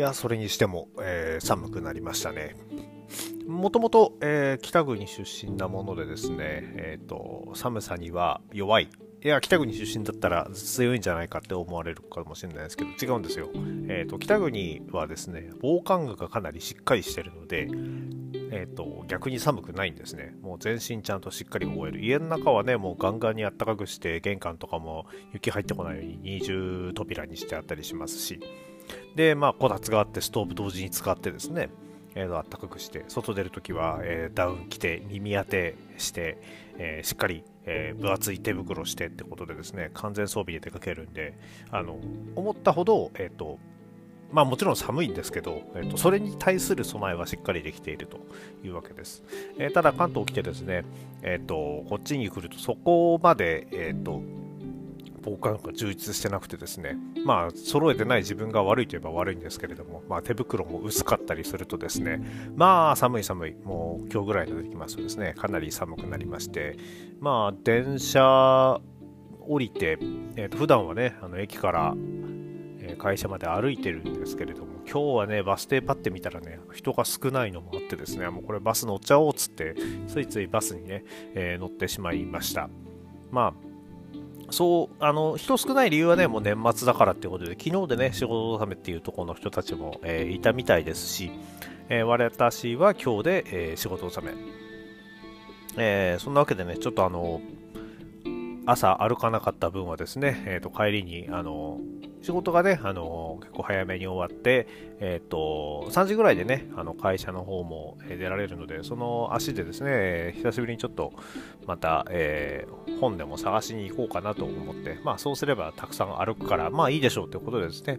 や、それにしても、寒くなりましたね。もともと、北国出身なものでですね、寒さには弱い。いや、北国出身だったら強いんじゃないかって思われるかもしれないですけど、違うんですよ。北国はですね、防寒具がかなりしっかりしてるので、逆に寒くないんですね。もう全身ちゃんとしっかり覆える。家の中はね、もうガンガンに暖かくして、玄関とかも雪入ってこないように二重扉にしてあったりしますし、で、まあ、こたつがあってストーブ同時に使ってですね、暖かくして、外出るときは、ダウン着て、耳当てして、しっかり、分厚い手袋してってことでですね、完全装備で出かけるんで、思ったほど、まあもちろん寒いんですけど、それに対する備えはしっかりできているというわけです。ただ関東来てですね、こっちに来るとそこまで、防寒が充実してなくてですね、まあ揃えてない自分が悪いといえば悪いんですけれども、まあ、手袋も薄かったりするとですね、まあ寒い寒い、もう今日ぐらいの出てきますとですね、かなり寒くなりまして、まあ電車降りて、普段はね、駅から会社まで歩いてるんですけれども、今日はね、バス停パッて見たらね、人が少ないのもあってですね、もうこれバス乗っちゃおうっつって、ついついバスにね、乗ってしまいました。まあそう、人少ない理由はね、もう年末だからっていうことで、昨日でね、仕事納めっていうところの人たちも、いたみたいですし、私は今日で、仕事納め。そんなわけでね、ちょっと朝歩かなかった分はですね、帰りに、仕事がね、結構早めに終わって、3時ぐらいでね、会社の方も出られるので、その足でですね、久しぶりにちょっとまた、本でも探しに行こうかなと思って、まあそうすればたくさん歩くから、まあいいでしょうということでですね、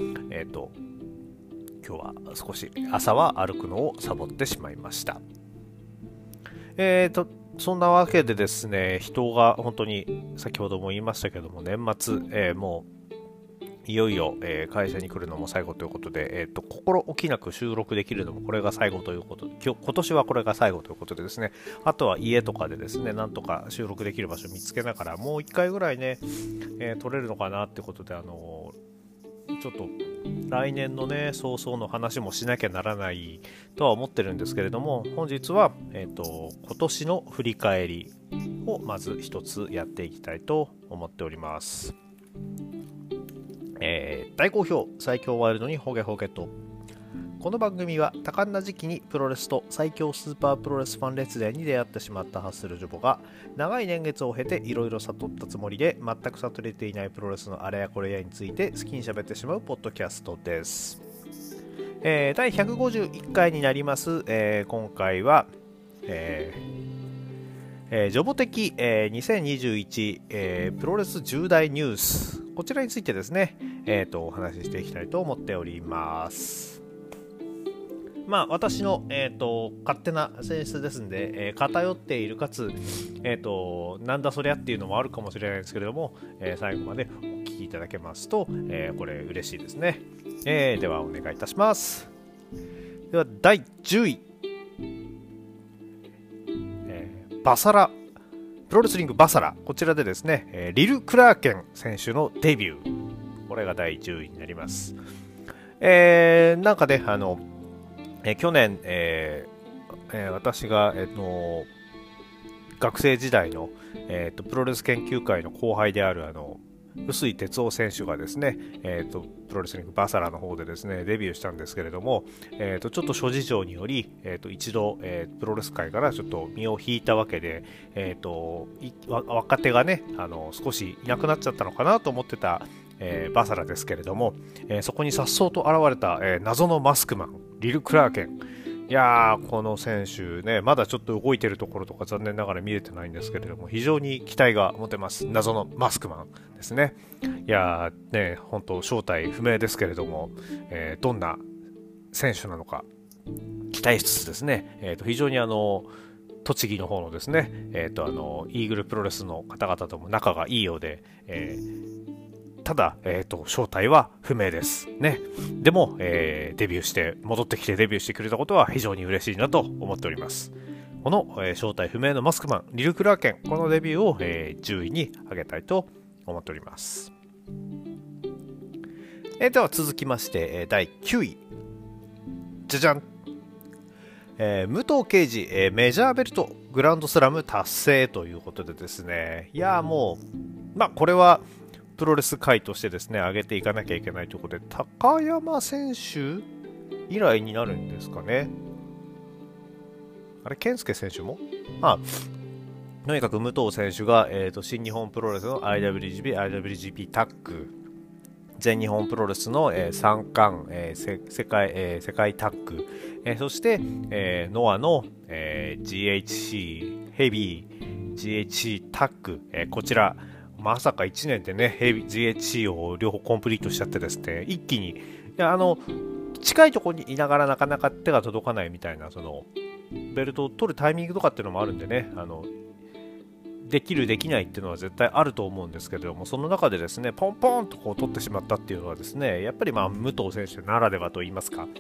今日は少し朝は歩くのをサボってしまいました。そんなわけでですね、人が本当に先ほども言いましたけども、年末、もういよいよ、会社に来るのも最後ということで、心置きなく収録できるのもこれが最後ということで、今年はこれが最後ということでですね、あとは家とかでですね、なんとか収録できる場所を見つけながら、もう1回ぐらいね、撮れるのかなってことで、ちょっと来年のね、早々の話もしなきゃならないとは思ってるんですけれども、本日は、今年の振り返りをまず一つやっていきたいと思っております。大好評最強ワイルドにホゲホゲと。この番組は多感な時期にプロレスと最強スーパープロレスファン列伝に出会ってしまったハッスルジョボが長い年月を経ていろいろ悟ったつもりで全く悟れていないプロレスのあれやこれやについて好きに喋ってしまうポッドキャストです。第151回になります。今回は、ジョボ的、2021、プロレス重大ニュース、こちらについてですね、お話ししていきたいと思っております。まあ私の、勝手な性質ですんで、偏っているかつ、なんだそりゃっていうのもあるかもしれないですけれども、最後までお聞きいただけますと、これ嬉しいですね。ではお願いいたします。では第10位、バサラプロレスリングバサラ、こちらでですね、リル・クラーケン選手のデビュー、これが第10位になります。なんかね、去年、私が、学生時代の、プロレス研究会の後輩である臼井哲夫選手がですね、プロレスリングバサラの方でですねデビューしたんですけれども、ちょっと諸事情により、一度、プロレス界からちょっと身を引いたわけで、若手がね少しいなくなっちゃったのかなと思ってた、バサラですけれども、そこに颯爽と現れた、謎のマスクマンリル・クラーケン。いやー、この選手ね、まだちょっと動いてるところとか残念ながら見れてないんですけれども、非常に期待が持てます。謎のマスクマンですね。いやーね、本当正体不明ですけれども、どんな選手なのか期待しつつですね、非常に栃木の方のですね、イーグルプロレスの方々とも仲がいいようで、ただ、正体は不明ですね。でも、デビューして戻ってきてデビューしてくれたことは非常に嬉しいなと思っております。この、正体不明のマスクマンリル・クラーケン、このデビューを、10位に上げたいと思っております。 では続きまして、第9位。じゃじゃん。武藤敬司、メジャーベルトグランドスラム達成ということでですね、いやもう、これはプロレス界としてですね、上げていかなきゃいけないということで、高山選手以来になるんですかね。あれ、健介選手もとにかく武藤選手が、新日本プロレスの IWGP タッグ、全日本プロレスの、3冠、世界タッグ、そして、ノアの、GHC ヘビー GHC タッグ、こちらまさか1年でねヘビー GHC を両方コンプリートしちゃってですね、一気に近いところにいながらなかなか手が届かないみたいな、そのベルトを取るタイミングとかっていうのもあるんでね、できるできないっていうのは絶対あると思うんですけれども、その中でですねポンポンとこう取ってしまったっていうのはですね、やっぱり武藤選手ならではといいますか、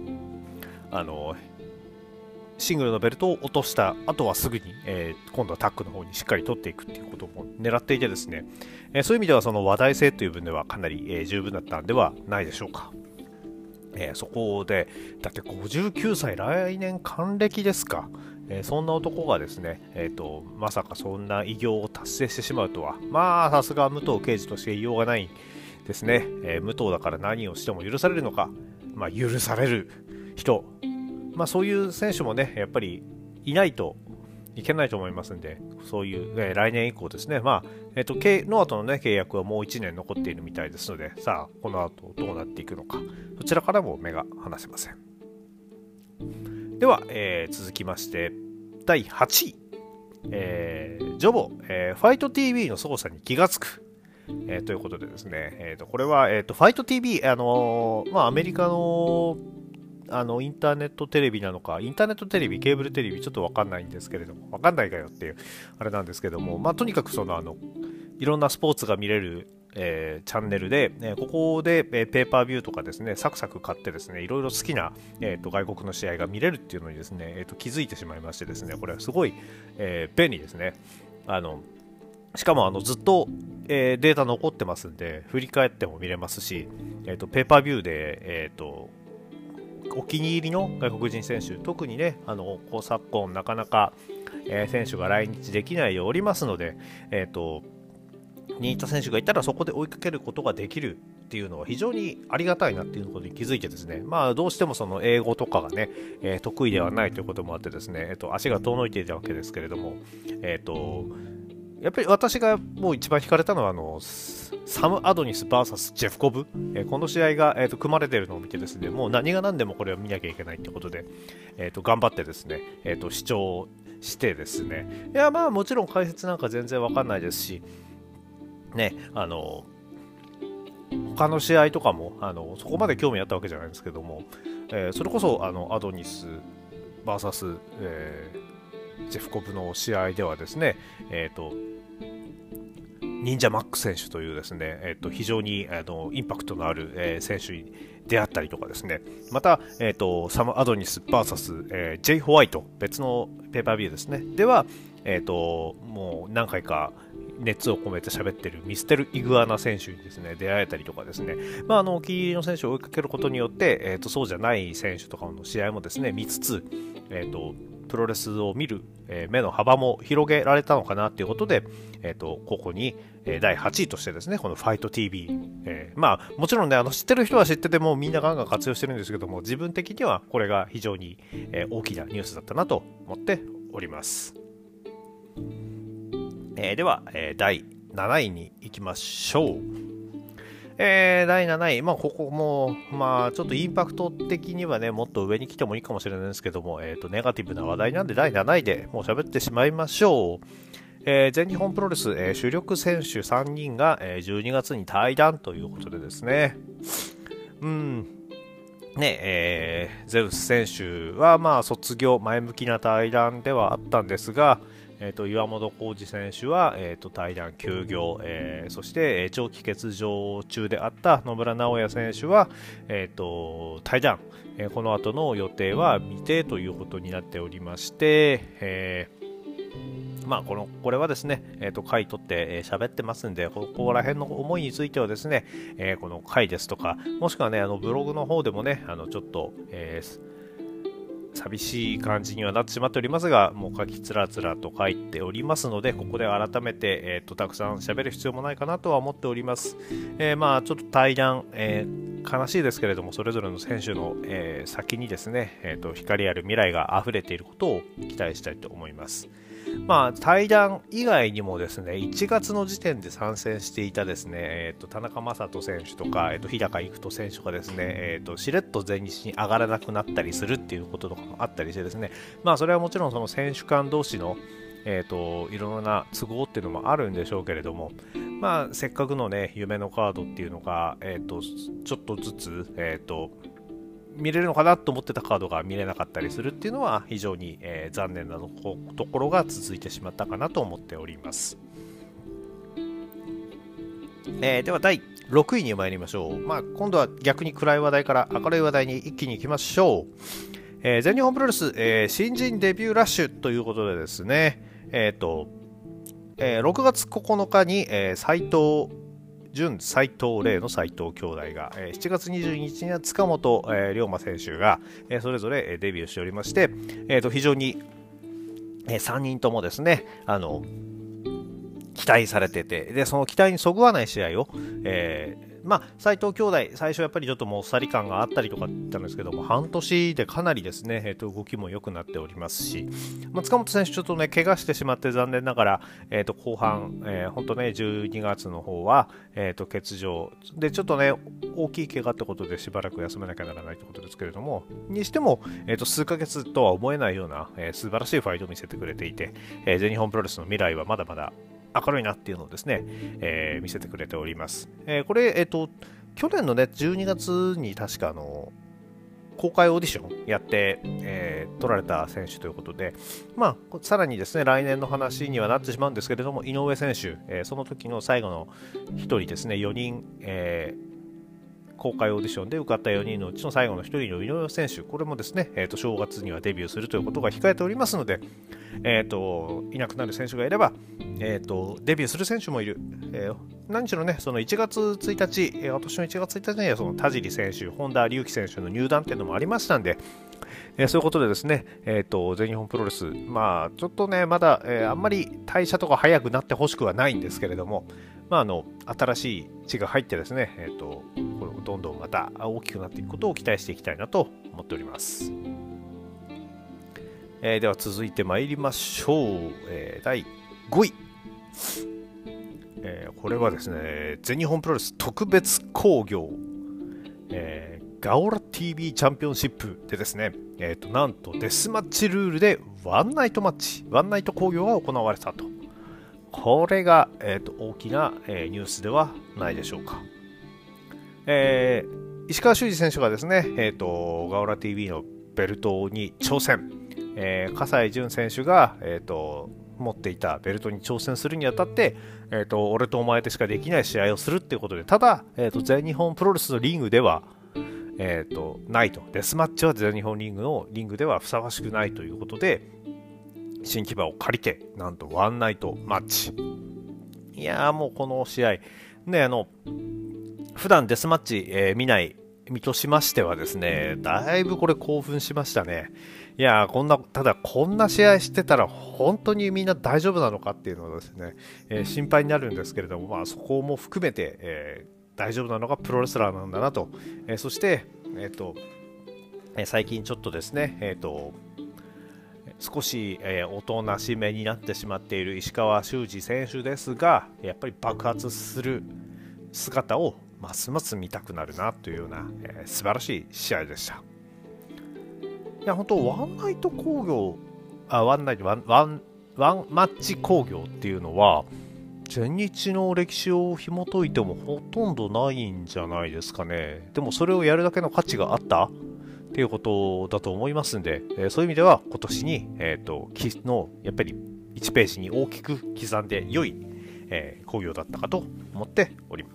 シングルのベルトを落とした後はすぐに、今度はタッグの方にしっかり取っていくっていうことも狙っていてですね、そういう意味ではその話題性という分ではかなり、十分だったんではないでしょうか。そこでだって59歳、来年還暦ですか。そんな男がですね、まさかそんな偉業を達成してしまうとは、さすが武藤敬司として言いようがないですね。武藤だから何をしても許されるのか、許される人、そういう選手もねやっぱりいないといけないと思いますんで、そういう、来年以降ですね、ノアとの、ね、契約はもう1年残っているみたいですので、さあこの後どうなっていくのか、そちらからも目が離せません。では、続きまして第8位、ジョボ、ファイト TV の操作に気がつく、ということでですね、これは、ファイト TV、アメリカのインターネットテレビなのか、インターネットテレビ、ケーブルテレビ、ちょっと分かんないんですけれども、分かんないかよっていうあれなんですけども、とにかくいろんなスポーツが見れる、チャンネルで、ここで、ペーパービューとかですね、サクサク買ってですね、いろいろ好きな、外国の試合が見れるっていうのにですね、気づいてしまいましてですね、これはすごい、便利ですね。しかもずっと、データ残ってますんで、振り返っても見れますし、ペーパービューで、お気に入りの外国人選手、特にね昨今なかなか、選手が来日できないでおりますので、に似た選手がいたらそこで追いかけることができるっていうのは非常にありがたいなっていうことに気づいてですね、どうしてもその英語とかがね、得意ではないということもあってですね、足が遠のいていたわけですけれども、やっぱり私がもう一番惹かれたのはサム・アドニス VS ジェフコブ、この試合が、組まれているのを見てですね、もう何が何でもこれを見なきゃいけないということで、頑張ってですね、視聴してですね、いやもちろん解説なんか全然わかんないですしね、他の試合とかもそこまで興味あったわけじゃないんですけども、それこそアドニス VS、ジェフコブの試合ではですね、忍者マック選手というですね、非常にインパクトのある、選手に出会ったりとかですね、また、サム・アドニス VS、ジェイ・ホワイト、別のペーパービューですね、では、もう何回か熱を込めて喋ってるミステル・イグアナ選手にですね出会えたりとかですね、お気に入りの選手を追いかけることによって、そうじゃない選手とかの試合もですね見つつ、プロレスを見る、目の幅も広げられたのかなということで、ここに、第8位としてですねこのファイト TV、もちろんね知ってる人は知っててもみんなガンガン活用してるんですけども、自分的にはこれが非常に、大きなニュースだったなと思っております。では、第7位に行きましょう。第7位、ここも、ちょっとインパクト的にはね、もっと上に来てもいいかもしれないんですけども、ネガティブな話題なんで、第7位でもう喋ってしまいましょう。全日本プロレス、主力選手3人が、12月に退団ということでですね、ゼウス選手は、卒業、前向きな退団ではあったんですが、岩本浩二選手は、退団休業、そして、長期欠場中であった野村直哉選手は、退団、この後の予定は未定ということになっておりまして、 これはですね、回取って喋ってますんで、ここら辺の思いについてはですね、この回ですとか、もしくはね、ブログの方でもね、ちょっと、寂しい感じにはなってしまっておりますが、もう書きつらつらと書いておりますので、ここで改めて、たくさん喋る必要もないかなとは思っております。ちょっと対談、悲しいですけれども、それぞれの選手の、先にですね、光ある未来が溢れていることを期待したいと思います。対談以外にもですね、1月の時点で参戦していたですね、田中将人選手とか、日高育人選手がですね、しれっと全日に上がらなくなったりするっていうこととかもあったりしてですね、それはもちろんその選手間同士のいろいろな都合っていうのもあるんでしょうけれども、せっかくのね、夢のカードっていうのが、ちょっとずつ、見れるのかなと思ってたカードが見れなかったりするっていうのは非常に、残念なところが続いてしまったかなと思っております。では第6位に参りましょう。今度は逆に暗い話題から明るい話題に一気に行きましょう。全日本プロレス、新人デビューラッシュということでですね、6月9日に、斉藤純斉藤麗の斉藤兄弟が、7月22日には塚本、龍馬選手が、それぞれデビューしておりまして、非常に、3人ともですね、期待されてて、でその期待にそぐわない試合を、斉藤兄弟、最初やっぱりちょっともっさり感があったりとか言ったんですけども、半年でかなりですね、動きも良くなっておりますし、塚本選手ちょっとね、怪我してしまって残念ながら、後半、本当ね、12月の方は、欠場で、ちょっとね、大きい怪我ってことでしばらく休めなきゃならないってことですけれども、にしても、数ヶ月とは思えないような、素晴らしいファイトを見せてくれていて、全日本プロレスの未来はまだまだ明るいなっていうのをですね、見せてくれております。これ、去年のね、12月に確か公開オーディションやって、取られた選手ということで、さらにですね、来年の話にはなってしまうんですけれども、井上選手、その時の最後の1人ですね、4人、公開オーディションで受かった4人のうちの最後の1人の井上選手、これもですね、正月にはデビューするということが控えておりますので、いなくなる選手がいれば、デビューする選手もいる、何しろね、その1月1日、今年の1月1日にはその田尻選手、本田隆起選手の入団っていうのもありましたんで、そういうことでですね、全日本プロレス、ちょっとね、まだ、あんまり代謝とか早くなってほしくはないんですけれども、新しい血が入ってですね、これどんどんまた大きくなっていくことを期待していきたいなと思っております。では続いて参りましょう。第5位。これはですね、全日本プロレス特別興行、ガオラ TV チャンピオンシップでですね、なんとデスマッチルールでワンナイトマッチ、ワンナイト興行が行われたと。これが、大きな、ニュースではないでしょうか。石川修司選手がですね、ガオラ TV のベルトに挑戦、葛西潤選手が、持っていたベルトに挑戦するにあたって、俺とお前でしかできない試合をするっていうことで、ただ、全日本プロレスのリングでは、ないと、デスマッチは全日本リングではふさわしくないということで、新木場を借りて、なんとワンナイトマッチ。いやーもうこの試合、ね、普段デスマッチ、見ない身としましてはですね、だいぶこれ興奮しましたね。いやーただこんな試合してたら本当にみんな大丈夫なのかっていうのはですね、心配になるんですけれども、そこも含めて、大丈夫なのがプロレスラーなんだなと。そして、最近ちょっとですね、少し、おとなしめになってしまっている石川修司選手ですが、やっぱり爆発する姿をますます見たくなるなというような、素晴らしい試合でした。いや本当ワンナイト興行、ワンマッチ興行っていうのは全日の歴史を紐解いてもほとんどないんじゃないですかね。でもそれをやるだけの価値があったっていうことだと思いますんで、そういう意味では今年に、のやっぱり1ページに大きく刻んで良い、興行だったかと思っております。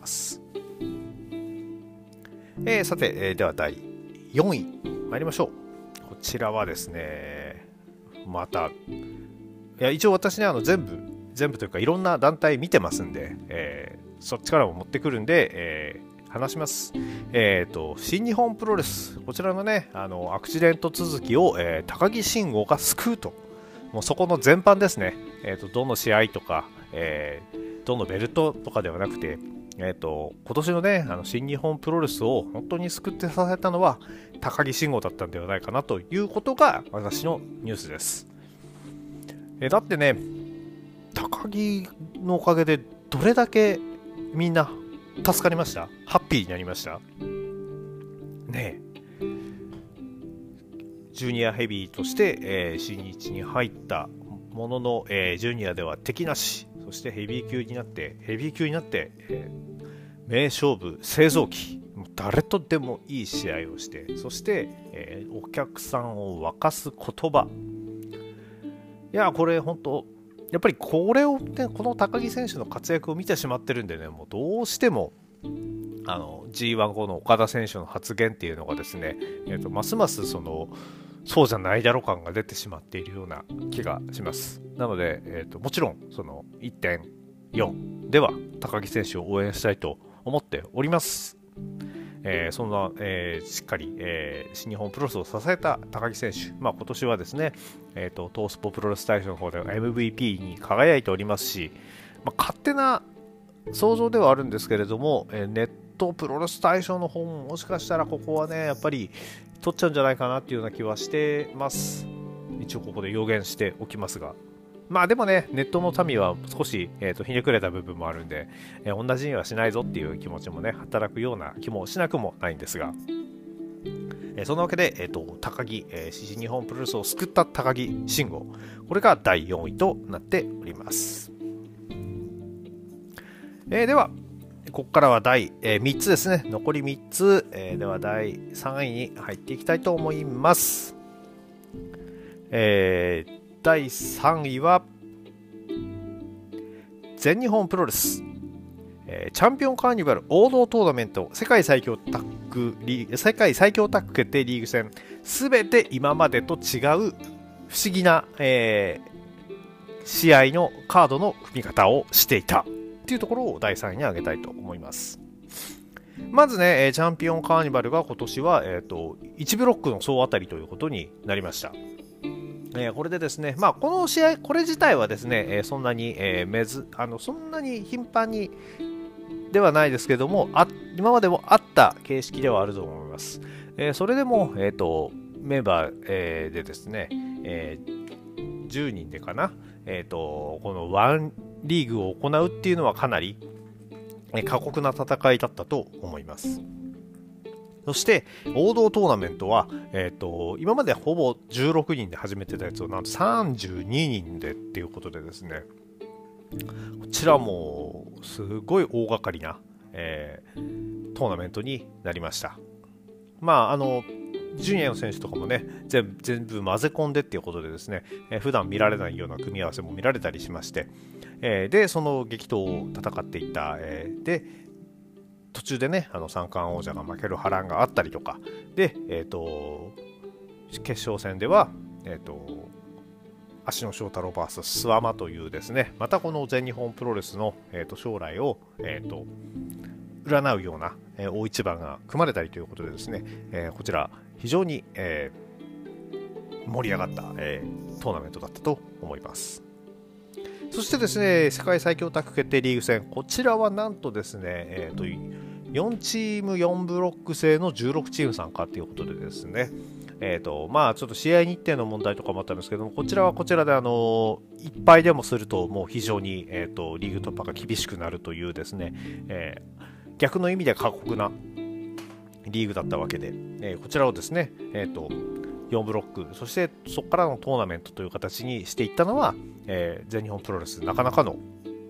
さて、では第4位参りましょう。こちらはですね、またいや一応私ね全部というかいろんな団体見てますんで、そっちからも持ってくるんで、話します。新日本プロレス、こちらのねアクシデント続きを、高木慎吾が救うと、もうそこの全般ですね、どの試合とか、どのベルトとかではなくて、今年のね新日本プロレスを本当に救って支えたのは高木慎吾だったんではないかなということが私のニュースです。だってね、高木のおかげでどれだけみんな助かりました？ハッピーになりましたね。ジュニアヘビーとして、新日に入ったものの、ジュニアでは敵なし、そしてヘビー級になって、名勝負製造機、誰とでもいい試合をして、そして、お客さんを沸かす言葉、いやこれ本当やっぱりこれを、ね、この高木選手の活躍を見てしまってるんでね、もうどうしてもG1 後の岡田選手の発言っていうのがですね、ますますそうじゃないだろ感が出てしまっているような気がします。なので、もちろんその 1.4 では高木選手を応援したいと思っております。そんな、しっかり、新日本プロレスを支えた高木選手、今年はですね、東スポプロレス大賞の方では MVP に輝いておりますし、勝手な想像ではあるんですけれども、ネットプロレス大賞の方ももしかしたらここはねやっぱり取っちゃうんじゃないかなっていうような気はしてます。一応ここで予言しておきますが、でもね、ネットの民は少し、ひねくれた部分もあるんで、同じにはしないぞっていう気持ちもね働くような気もしなくもないんですが、そんなわけで、高木、新日本プロレスを救った高木慎吾、これが第4位となっております。ではここからは第、3つですね、残り3つ、では第3位に入っていきたいと思います。第3位は全日本プロレス、チャンピオンカーニバル王道トーナメント世界最強タッグ決定リーグ戦、すべて今までと違う不思議な、試合のカードの組み方をしていたというところを第3位に挙げたいと思います。まずね、チャンピオンカーニバルが今年は、1ブロックの総当たりということになりました。これでですね、この試合、これ自体はですね、そんなに、そんなに頻繁にではないですけども、今までもあった形式ではあると思います。それでも、メンバー、でですね、10人でかな、この1リーグを行うっていうのはかなり過酷な戦いだったと思います。そして王道トーナメントは、今までほぼ16人で始めてたやつをなんと32人でっていうことでですね、こちらもすごい大掛かりな、トーナメントになりました。ジュニアの選手とかもね全部混ぜ込んでっていうことでですね、普段見られないような組み合わせも見られたりしまして、でその激闘を戦っていった、で途中でね三冠王者が負ける波乱があったりとかで、決勝戦では、芦野翔太郎 VS スワマというですね、またこの全日本プロレスの、将来を、占うような、大一番が組まれたりということでですね、こちら非常に、盛り上がった、トーナメントだったと思います。そしてですね、世界最強タッグ決定リーグ戦、こちらはなんとですね、4チーム4ブロック制の16チーム参加ということでですね、ちょっと試合日程の問題とかもあったんですけども、こちらはこちらでいっぱいでもするともう非常に、リーグ突破が厳しくなるというですね、逆の意味で過酷なリーグだったわけで、こちらをですね、4ブロック、そしてそこからのトーナメントという形にしていったのは、全日本プロレスなかなかの、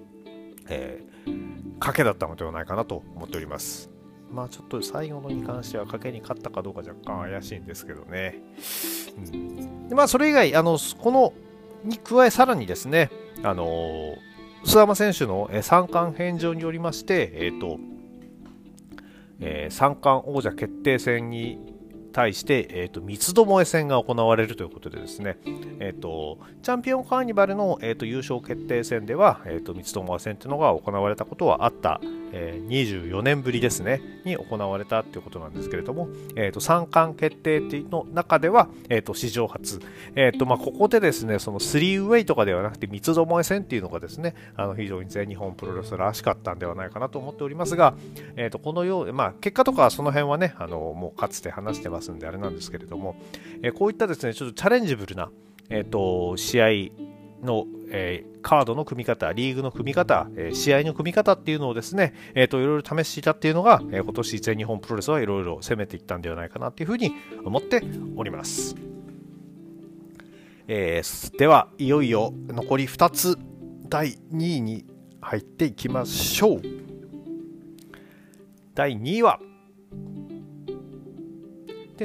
賭けだったのではないかなと思っております。ちょっと最後のに関しては賭けに勝ったかどうか若干怪しいんですけどね。でそれ以外このに加えさらにですね、諏訪間選手の三冠返上によりまして、三冠王者決定戦に対して、三つどもえ戦が行われるということでですね、チャンピオンカーニバルの、優勝決定戦では、三つどもえ戦というのが行われたことはあった、24年ぶりですねに行われたということなんですけれども、三冠決定の中では、史上初、ここでですねその3ウェイとかではなくて三つどもえ戦っていうのがですね非常に全日本プロレスらしかったんではないかなと思っておりますが、このように、結果とかその辺はねもうかつて話してますんであれなんですけれども、こういったですねちょっとチャレンジブルな、試合の、カードの組み方、リーグの組み方、試合の組み方っていうのをですね、いろいろ試していたっていうのが、今年全日本プロレスはいろいろ攻めていったんではないかなっていうふうに思っております。ではいよいよ残り2つ第2位に入っていきましょう。第2位はと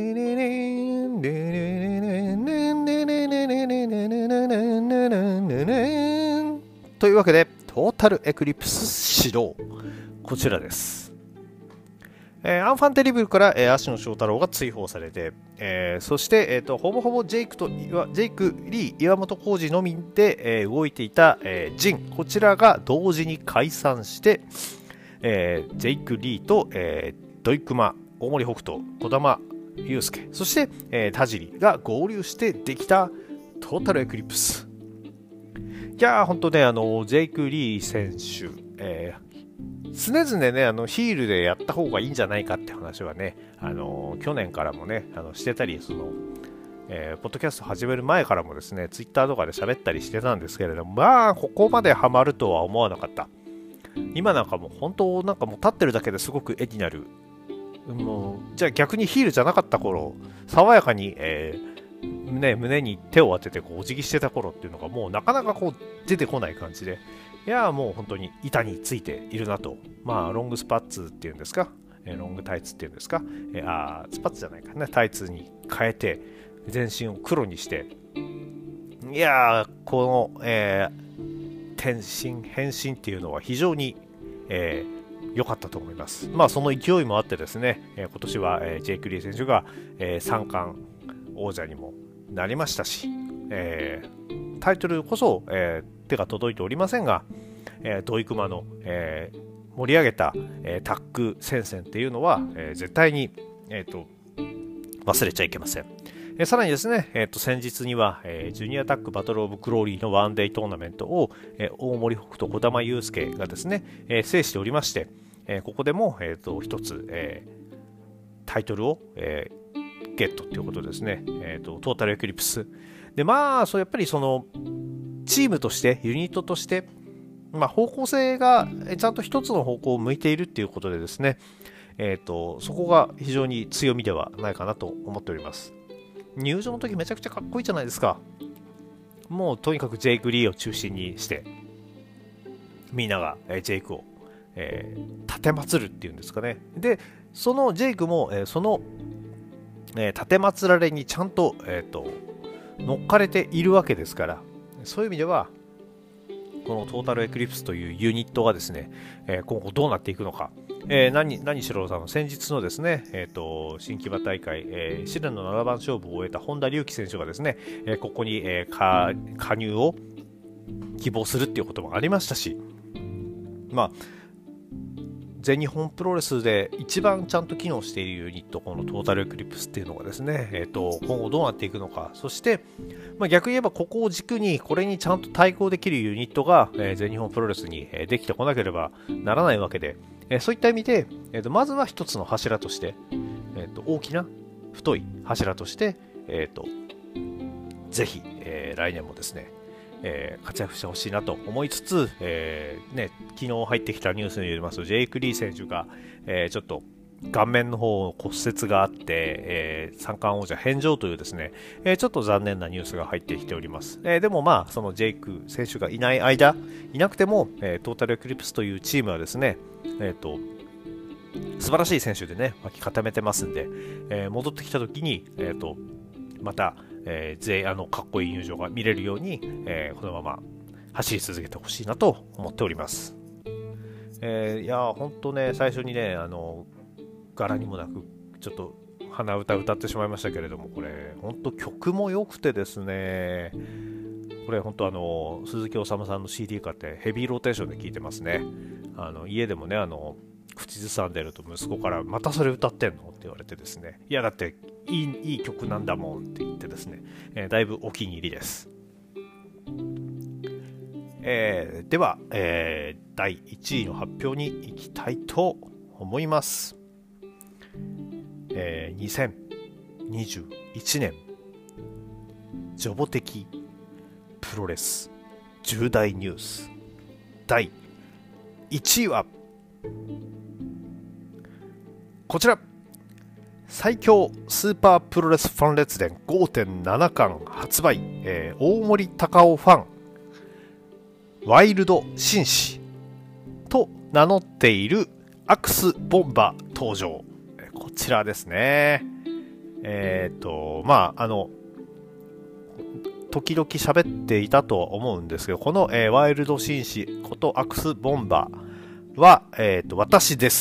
いうわけでトータルエクリプス始動、こちらです。アンファンテリブルから、芦野翔太郎が追放されて、そして、ほぼほぼジェイク、リー、岩本浩二のみで、動いていた、ジン、こちらが同時に解散して、ジェイク・リーと、土井熊、大森北斗、児玉悠介、そして、田尻が合流してできたトータルエクリプス。いやー、本当ね、ジェイク・リー選手、常々ね、ヒールでやった方がいいんじゃないかって話はね、去年からもね、してたり、ポッドキャスト始める前からもですね、ツイッターとかで喋ったりしてたんですけれども、ここまでハマるとは思わなかった。今なんかもう本当なんかもう立ってるだけですごく絵になる。じゃあ逆にヒールじゃなかった頃、爽やかに、胸に手を当ててこうお辞儀してた頃っていうのがもうなかなかこう出てこない感じで、いやもう本当に板についているなと。ロングスパッツっていうんですか、ロングタイツっていうんですか、スパッツじゃないかね、タイツに変えて全身を黒にして、いやこの、変身っていうのは非常に、良かったと思います。その勢いもあってですね、今年は、ジェイク・リー選手が、三冠王者にもなりましたし、タイトルこそ、手が届いておりませんが、土井熊の、盛り上げた、タッグ戦線っていうのは、絶対に、忘れちゃいけません。さらにですね、先日には、ジュニアタッグバトルオブグローリーのワンデイトーナメントを、大森北斗、児玉悠介がですね、制しておりまして、ここでも、一つ、タイトルを、ゲットということですね、トータルエクリプスで、そうやっぱりそのチームとしてユニットとして、方向性がちゃんと一つの方向を向いているっていうことでですね、そこが非常に強みではないかなと思っております。入場の時めちゃくちゃかっこいいじゃないですか。もうとにかくジェイク・リーを中心にしてみんながジェイクを立てまつるっていうんですかね。でそのジェイクもその立てまつられにちゃんと乗っかれているわけですから、そういう意味ではこのトータルエクリプスというユニットがですね、今後どうなっていくのか、何しろ先日のですね、新木場大会、試練の7番勝負を終えた本田隆起選手がですね、ここに、加入を希望するっていうこともありましたし、全日本プロレスで一番ちゃんと機能しているユニット、このトータルエクリプスっていうのがですね、今後どうなっていくのか、そして、逆に言えばここを軸にこれにちゃんと対抗できるユニットが、全日本プロレスにできてこなければならないわけで、そういった意味で、まずは一つの柱として、大きな太い柱として、ぜひ、来年もですね、活躍してほしいなと思いつつ、昨日入ってきたニュースによりますと、ジェイク・リー選手が、ちょっと顔面の方骨折があって、三冠王者返上というですね、ちょっと残念なニュースが入ってきております。でもそのジェイク選手がいない間、いなくても、トータルエクリプスというチームはですね、素晴らしい選手でね、巻き固めてますんで、戻ってきた時に、また、かっこいい入場が見れるように、このまま走り続けてほしいなと思っております。いや本当ね、最初にね、柄にもなくちょっと鼻歌歌ってしまいましたけれども、これ本当曲も良くてですね、これ本当鈴木おさむさんの CD 買ってヘビーローテーションで聴いてますね。家でもね、口ずさんでると息子からまたそれ歌ってんのって言われてですね、いやだっていい曲なんだもんって言ってですね、だいぶお気に入りです。では、第1位の発表に行きたいと思います。2021年ジョボ的プロレス重大ニュース第1位はこちら、最強スーパープロレスファン列伝 5.7 巻発売、大森隆夫ファンワイルド紳士と名乗っているアクスボンバ登場。こちらですね。時々喋っていたとは思うんですけど、この、ワイルド紳士ことアクスボンバは、私です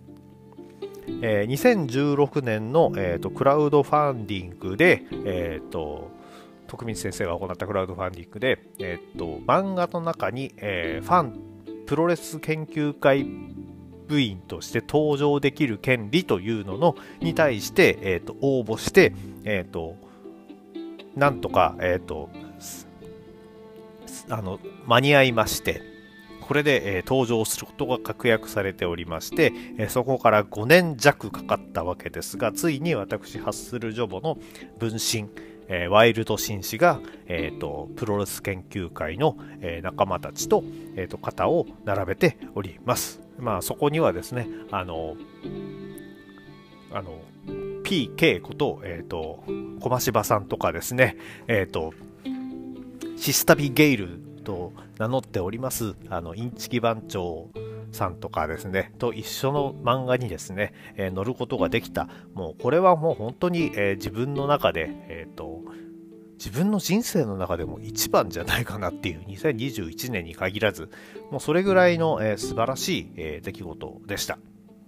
。2016年の、クラウドファンディングで、徳光先生が行ったクラウドファンディングで、漫画の中に、プロレス研究会部員として登場できる権利というのに対して、応募して、なんとか、間に合いまして、これで、登場することが確約されておりまして、そこから5年弱かかったわけですが、ついに私ハッスルジョボの分身、ワイルド紳士が、プロレス研究会の、仲間たちと、肩を並べております。そこにはですね、PK こと、小間柴さんとかですね、シスタビゲイルと名乗っておりますインチキ番長さんとかですねと一緒の漫画にですね、載ることができた。もうこれはもう本当に、自分の中で、自分の人生の中でも一番じゃないかなっていう2021年に限らず、もうそれぐらいの、素晴らしい、出来事でした。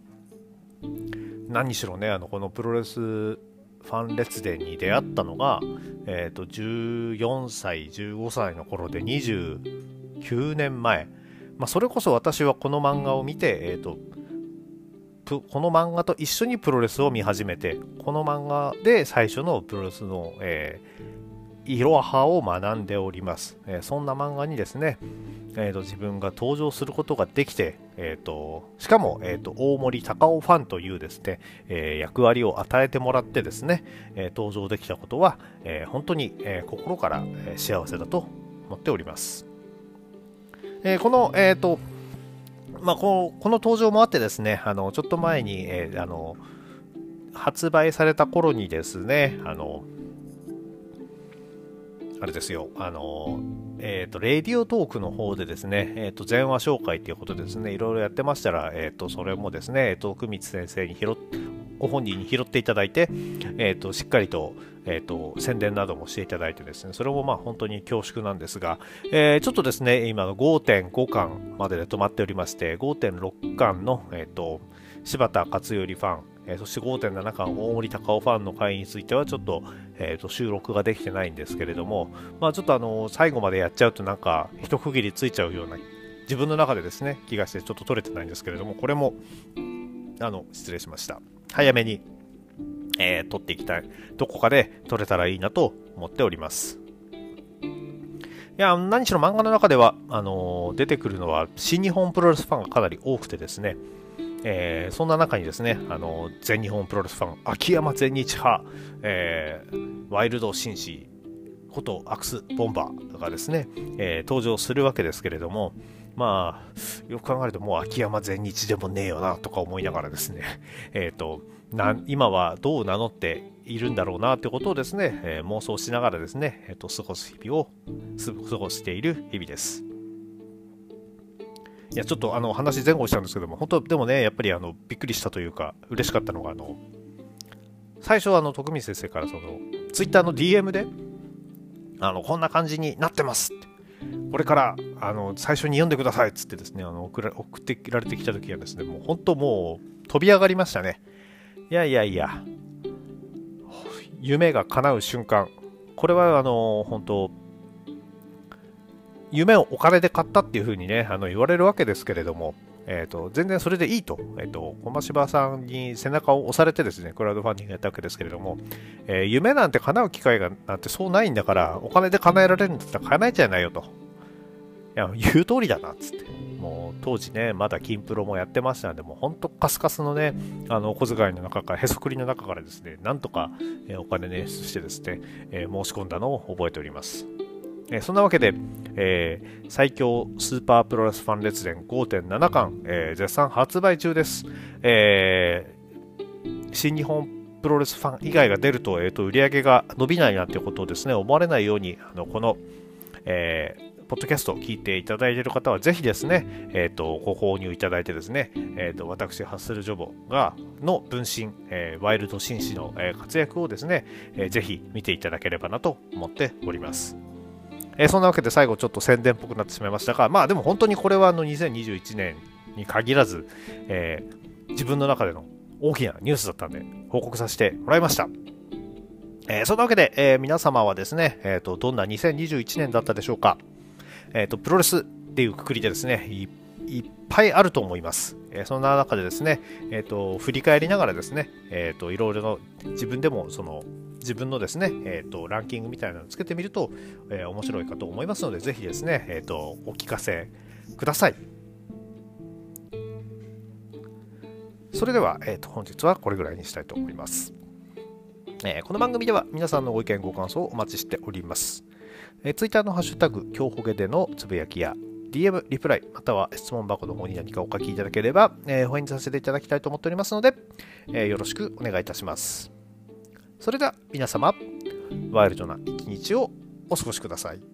何しろね、このプロレスファン列伝に出会ったのが、14歳15歳の頃で29年前、それこそ私はこの漫画を見て、この漫画と一緒にプロレスを見始めて、この漫画で最初のプロレスの、いろはを学んでおります。そんな漫画にですね、自分が登場することができて、しかも、大森隆夫ファンというですね、役割を与えてもらってですね、登場できたことは、本当に、心から、幸せだと思っております。この登場もあってですね、ちょっと前に、発売された頃にですね、あれですよ、レディオトークの方でですね、前話紹介ということでですね、いろいろやってましたら、それもですね、徳光先生にご本人に拾っていただいて、しっかりと、宣伝などもしていただいてですね、それも本当に恐縮なんですが、ちょっとですね、今の 5.5 巻までで止まっておりまして、5.6 巻の、柴田勝頼ファン、そして 5.7 巻大森隆夫ファンの回についてはちょっと、収録ができてないんですけれども、ちょっと最後までやっちゃうとなんか一区切りついちゃうような自分の中でですね気がしてちょっと取れてないんですけれども、これも失礼しました。早めに、撮っていきたい。どこかで撮れたらいいなと思っております。いや、何しろ漫画の中では出てくるのは新日本プロレスファンがかなり多くてですね、そんな中にですね、全日本プロレスファン秋山全日派、ワイルド紳士ことアクスボンバーがですね、登場するわけですけれども、よく考えるともう秋山全日でもねえよなとか思いながらですね、今はどう名乗っているんだろうなということをですね、妄想しながらですね、過ごしている日々です。いや、ちょっと話前後しちゃうんですけども、本当でもね、やっぱりびっくりしたというか嬉しかったのが最初は徳光先生からツイッターの DM でこんな感じになってますって、これから最初に読んでくださいっつってですね、送ってられてきた時はですね、もう本当もう飛び上がりましたね。いや夢が叶う瞬間、これは本当夢をお金で買ったっていう風にね言われるわけですけれども、全然それでいいと、駒柴さんに背中を押されてですねクラウドファンディングやったわけですけれども、夢なんて叶う機会がなんてそうないんだから、お金で叶えられるんだったら叶えちゃいないよと。いや、言う通りだなっつって、もう当時ねまだ金プロもやってましたので、もうほんとカスカスのねお小遣いの中から、へそくりの中からですね、なんとか、お金捻出してですね、申し込んだのを覚えております。そんなわけで、最強スーパープロレスファン列伝 5.7 巻、絶賛発売中です。新日本プロレスファン以外が出ると、売り上げが伸びないなんてことをですね思われないように、この、ポッドキャストを聞いていただいている方はぜひですね、ご購入いただいてですね、私ハッスルジョボの分身、ワイルド紳士の、活躍をですね、ぜひ見ていただければなと思っております。そんなわけで最後ちょっと宣伝っぽくなってしまいましたが、まあでも本当にこれは2021年に限らず、自分の中での大きなニュースだったんで報告させてもらいました。そんなわけで、皆様はですね、どんな2021年だったでしょうか。プロレスっていうくくりでですね、いっぱいあると思います。そんな中でですね、振り返りながらですね、いろいろの自分でも自分のですね、ランキングみたいなのをつけてみると、面白いかと思いますので、ぜひですね、お聞かせください。それでは、本日はこれぐらいにしたいと思います。この番組では皆さんのご意見ご感想をお待ちしております。Twitter のハッシュタグ今日ほげでのつぶやきや DM リプライまたは質問箱の方に何かお書きいただければ、お返事させていただきたいと思っておりますので、よろしくお願いいたします。それでは皆様ワイルドな一日をお過ごしください。